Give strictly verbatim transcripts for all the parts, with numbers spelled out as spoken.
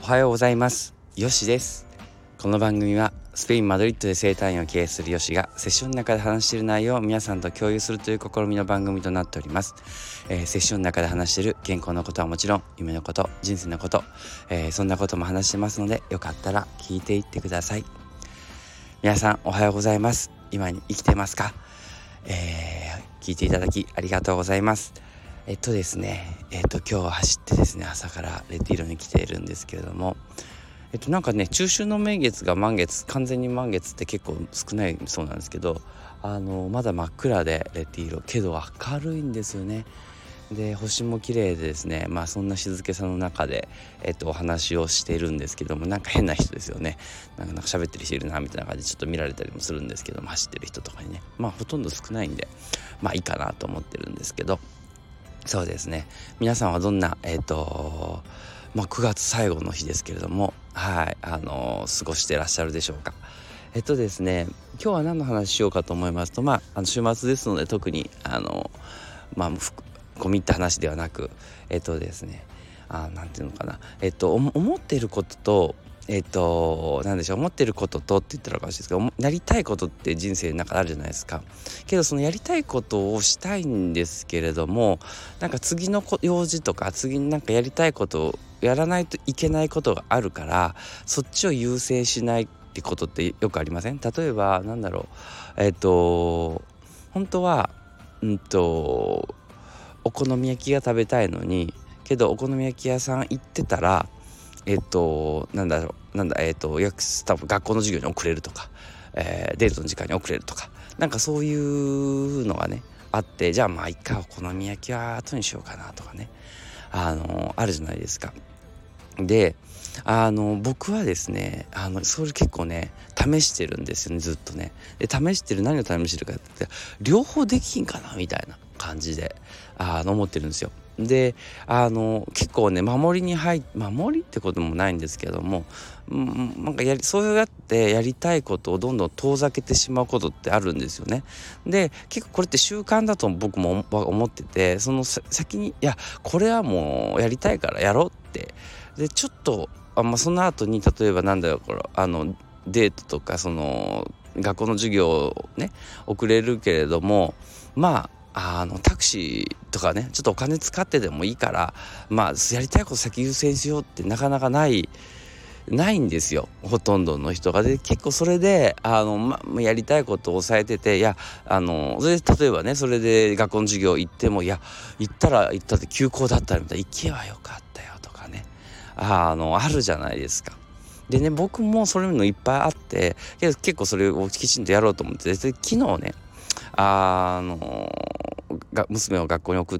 はようございます。よしです。この番組はスペイン・マドリッドで整体院を経営するよしがセッションの中で話している内容を皆さんと共有するという試みの番組となっております。えー、セッションの中で話している健康のことはもちろん夢のこと、人生のこと、えー、そんなことも話してますので、よかったら聞いていってください。皆さんおはようございます。今に生きてますか？えー、聞いていただきありがとうございます。えっとですねえっと今日走ってですね朝からレティーロに来ているんですけれども、えっとなんかね中秋の名月が満月、完全に満月って結構少ないそうなんですけど、あのまだ真っ暗でレティーロけど明るいんですよね。で星も綺麗でですね、まあそんな静けさの中でえっとお話をしているんですけども、なんか変な人ですよね。なんかなんか喋ってる人いるなみたいな感じでちょっと見られたりもするんですけども、走ってる人とかにね、まあほとんど少ないんでまあいいかなと思ってるんですけど、そうですね、皆さんはどんなえっとまあくがつ最後の日ですけれども、はいあの過ごしてらっしゃるでしょうか。えっとですね今日は何の話しようかと思いますと、まああの週末ですので特にあのまあ込み入った話ではなく、えっとですねあなんていうのかなえっと思っていることとえっとなんでしょう思ってることとって言ったらおかしいですけど、なりたいことって人生の中であるじゃないですか。けどそのやりたいことをしたいんですけれども、なんか次の用事とか次になんかやりたいことをやらないといけないことがあるから、そっちを優先しないってことってよくありません？例えばなんだろうえっと本当はうんとお好み焼きが食べたいのに、けどお好み焼き屋さん行ってたらえっとなんだろうなんだえっと多分学校の授業に遅れるとか、えー、デートの時間に遅れるとか、なんかそういうのがねあって、じゃあまあいっかお好み焼きは後にしようかなとかね、あのあるじゃないですか。であの僕はですねあのそれ結構ね試してるんですよね、ずっとね。で試してる何を試してるかって両方できんかなみたいな感じであの思ってるんですよ。であの結構ね守りに入守りってこともないんですけども、うん、なんかやりそうやってやりたいことをどんどん遠ざけてしまうことってあるんですよね。で結構これって習慣だと僕も思ってて、その先にいやこれはもうやりたいからやろうってでちょっとあ、まあ、その後に例えばなんだろうこれあのデートとかその学校の授業をね遅れるけれども、まああのタクシーとかねちょっとお金使ってでもいいからまあやりたいこと先優先しようってなかなかないないんですよ、ほとんどの人が。で結構それであの、ま、やりたいことを抑えてて、いやあのそれで例えばねそれで学校の授業行ってもいや行ったら行ったって休校だったらみたいな行けばよかったよとかね、あのあるじゃないですか。でね僕もそういうのいっぱいあって、結構それをきちんとやろうと思って、で昨日ねあのが娘を学校に送って、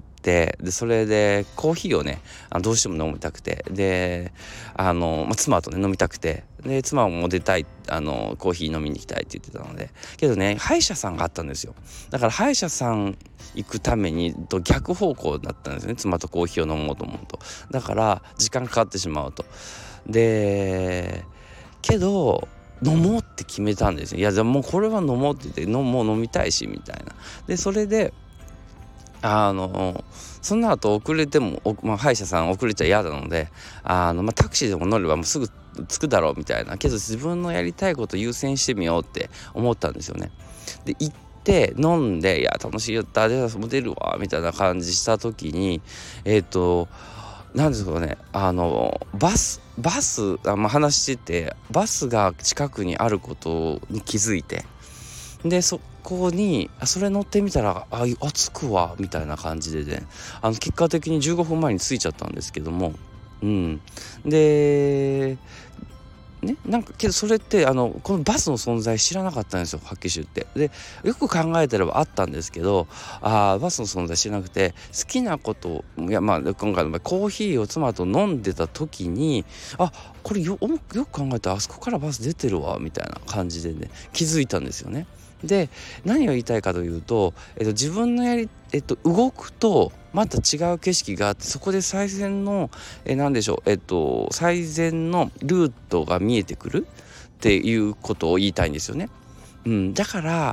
でそれでコーヒーをねあのどうしても飲みたくて、であの、まあ、妻とね飲みたくて、で妻も出たいあのコーヒー飲みに行きたいって言ってたので、けどね歯医者さんがあったんですよ。だから歯医者さん行くためにと逆方向だったんですね、妻とコーヒーを飲もうと思うと。だから時間かかってしまうと。でけど飲もうって決めたんですよ。いやじゃあもうこれは飲もうって言って飲もう飲みたいしみたいな。でそれであのその後遅れても、まあ、歯医者さん遅れちゃ嫌なのであの、まあ、タクシーでも乗ればもうすぐ着くだろうみたいな、けど自分のやりたいこと優先してみようって思ったんですよね。で行って飲んでいや楽しいよったでも出るわみたいな感じした時にえっとなんですかねあのバスバスあ、まあ、話しててバスが近くにあることに気づいて、でそこにそれ乗ってみたらああ着くわみたいな感じでね、あの結果的にじゅうごふんまえに着いちゃったんですけども、うんでね、なんかけどそれってあのこのバスの存在知らなかったんですよ、はっきり言って。でよく考えてればあったんですけど、あバスの存在知らなくて、好きなこといやまあ今回の場合コーヒーを妻と飲んでた時にあこれ よ, よく考えたらあそこからバス出てるわみたいな感じでね気づいたんですよね。で何を言いたいかというと、えっと、自分のやり、えっと、動くとまた違う景色があって、そこで最善のえ何でしょう、えっと、最善のルートが見えてくるっていうことを言いたいんですよね。うん、だから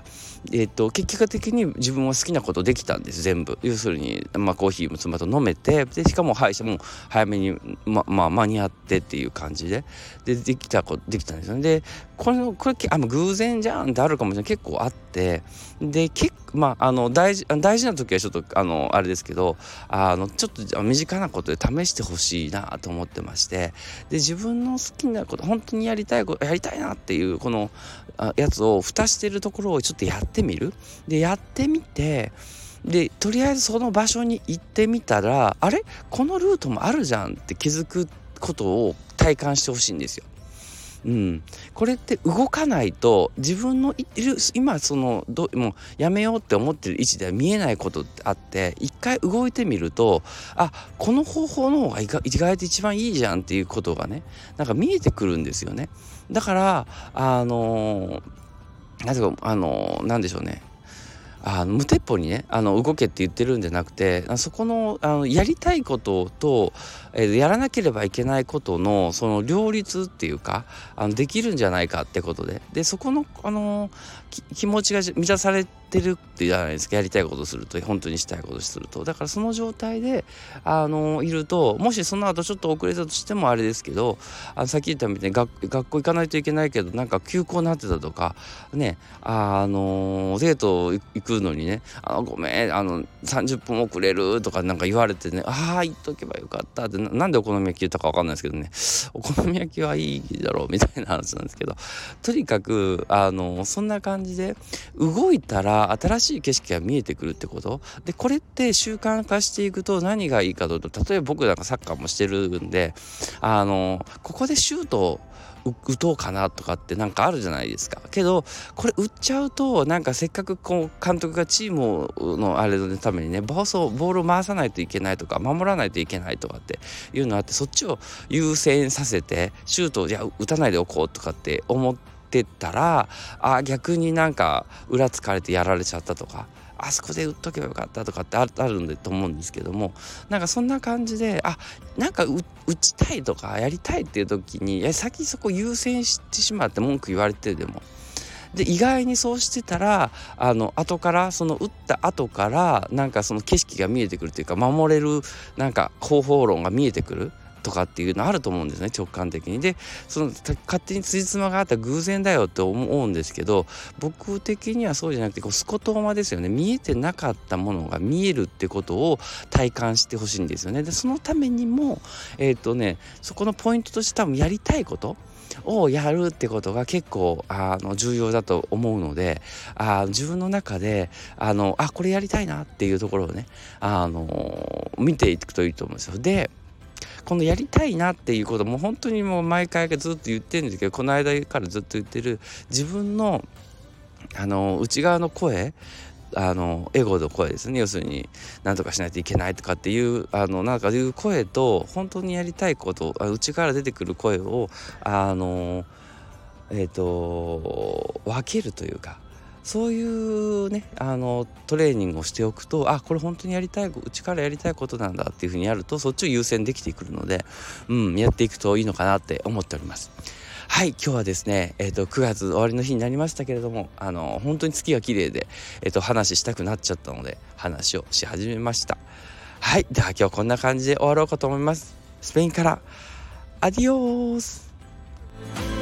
えー、と結果的に自分は好きなことできたんです。全部要するに、まあ、コーヒーも妻と飲めて、でしかも歯医者も早めに、ままあ、間に合ってっていう感じででできたこできたんですよね。でこれこれあ偶然じゃんってあるかもしれない、結構あって、で結構まああの大事大事な時はちょっとあのあれですけど、あのちょっと身近なことで試してほしいなと思ってまして、で自分の好きなこと本当にやりたいことやりたいなっていうこのあやつを蓋してるところをちょっとやってみる。でやってみて、でとりあえずその場所に行ってみたら、あれこのルートもあるじゃんって気づくことを体感してほしいんですよ。うん、これって動かないと自分のいる今そのどもうやめようって思ってる位置では見えないことってあって、一回動いてみると、あこの方法の方が意外意外と一番いいじゃんっていうことがね、なんか見えてくるんですよね。だからあのー、なぜかあのー、なんでしょうね、あの無鉄砲にねあの動けって言ってるんじゃなくて、そこの、あのやりたいことと、えー、やらなければいけないことのその両立っていうか、あのできるんじゃないかってことで、でそこの、あのー、気持ちが満たされてるってじゃないですか。やりたいことすると、本当にしたいことすると、だからその状態で、あのー、いると、もしその後ちょっと遅れたとしてもあれですけど、あのさっき言ったみたいに 学, 学校行かないといけないけどなんか休校になってたとかね、あのー、デート行くのにね、あごめんあのさんじゅっぷん遅れるとかなんか言われてね、ああ言っとけばよかったって、 な, なんでお好み焼き言ったか分かんないですけどね、お好み焼きはいいだろうみたいな話なんですけど、とにかくあのそんな感じで動いたら新しい景色が見えてくるってことで、これって習慣化していくと何がいいかというと、例えば僕なんかサッカーもしてるんで、あのここでシュートを打とうかなとかってなんかあるじゃないですか。けどこれ打っちゃうと、なんかせっかくこう監督がチームのあれのためにねボールを回さないといけないとか守らないといけないとかっていうのあって、そっちを優先させてシュートをじゃあ打たないでおこうとかって思ってたら、あ逆になんか裏つかれてやられちゃったとか、あそこで打っとけばよかったとかってあるんだと思うんですけども、なんかそんな感じで、あなんか打ちたいとかやりたいっていう時に、いや先そこ優先してしまって文句言われてでもで、意外にそうしてたら、あの後からその打った後からなんかその景色が見えてくるというか、守れるなんか方法論が見えてくるとかっていうのあると思うんですね、直感的に。でその勝手に辻褄があった偶然だよって思うんですけど、僕的にはそうじゃなくて、こうスコトーマですよね。見えてなかったものが見えるってことを体感してほしいんですよね。でそのためにもえっとねそこのポイントとして多分やりたいことをやるってことが結構あの重要だと思うので、あ自分の中であのあこれやりたいなっていうところをね、あの見ていくといいと思うんですよ。でこのやりたいなっていうことも本当にもう毎回ずっと言ってるんですけど、この間からずっと言ってる自分のあの内側の声、あのエゴの声ですね。要するに何とかしないといけないとかっていうあのなんかいう声と、本当にやりたいこと、内から出てくる声をあのえっと分けるというか、そういうねあのトレーニングをしておくと、あこれ本当にやりたい、内からやりたいことなんだっていうふうにやると、そっちを優先できてくるので、うんやっていくといいのかなって思っております。はい、今日はですね、えーと、くがつ終わりの日になりましたけれども、あの本当に月が綺麗で、えーと、話したくなっちゃったので話をし始めました。はい、では今日こんな感じで終わろうかと思います。スペインからアディオース。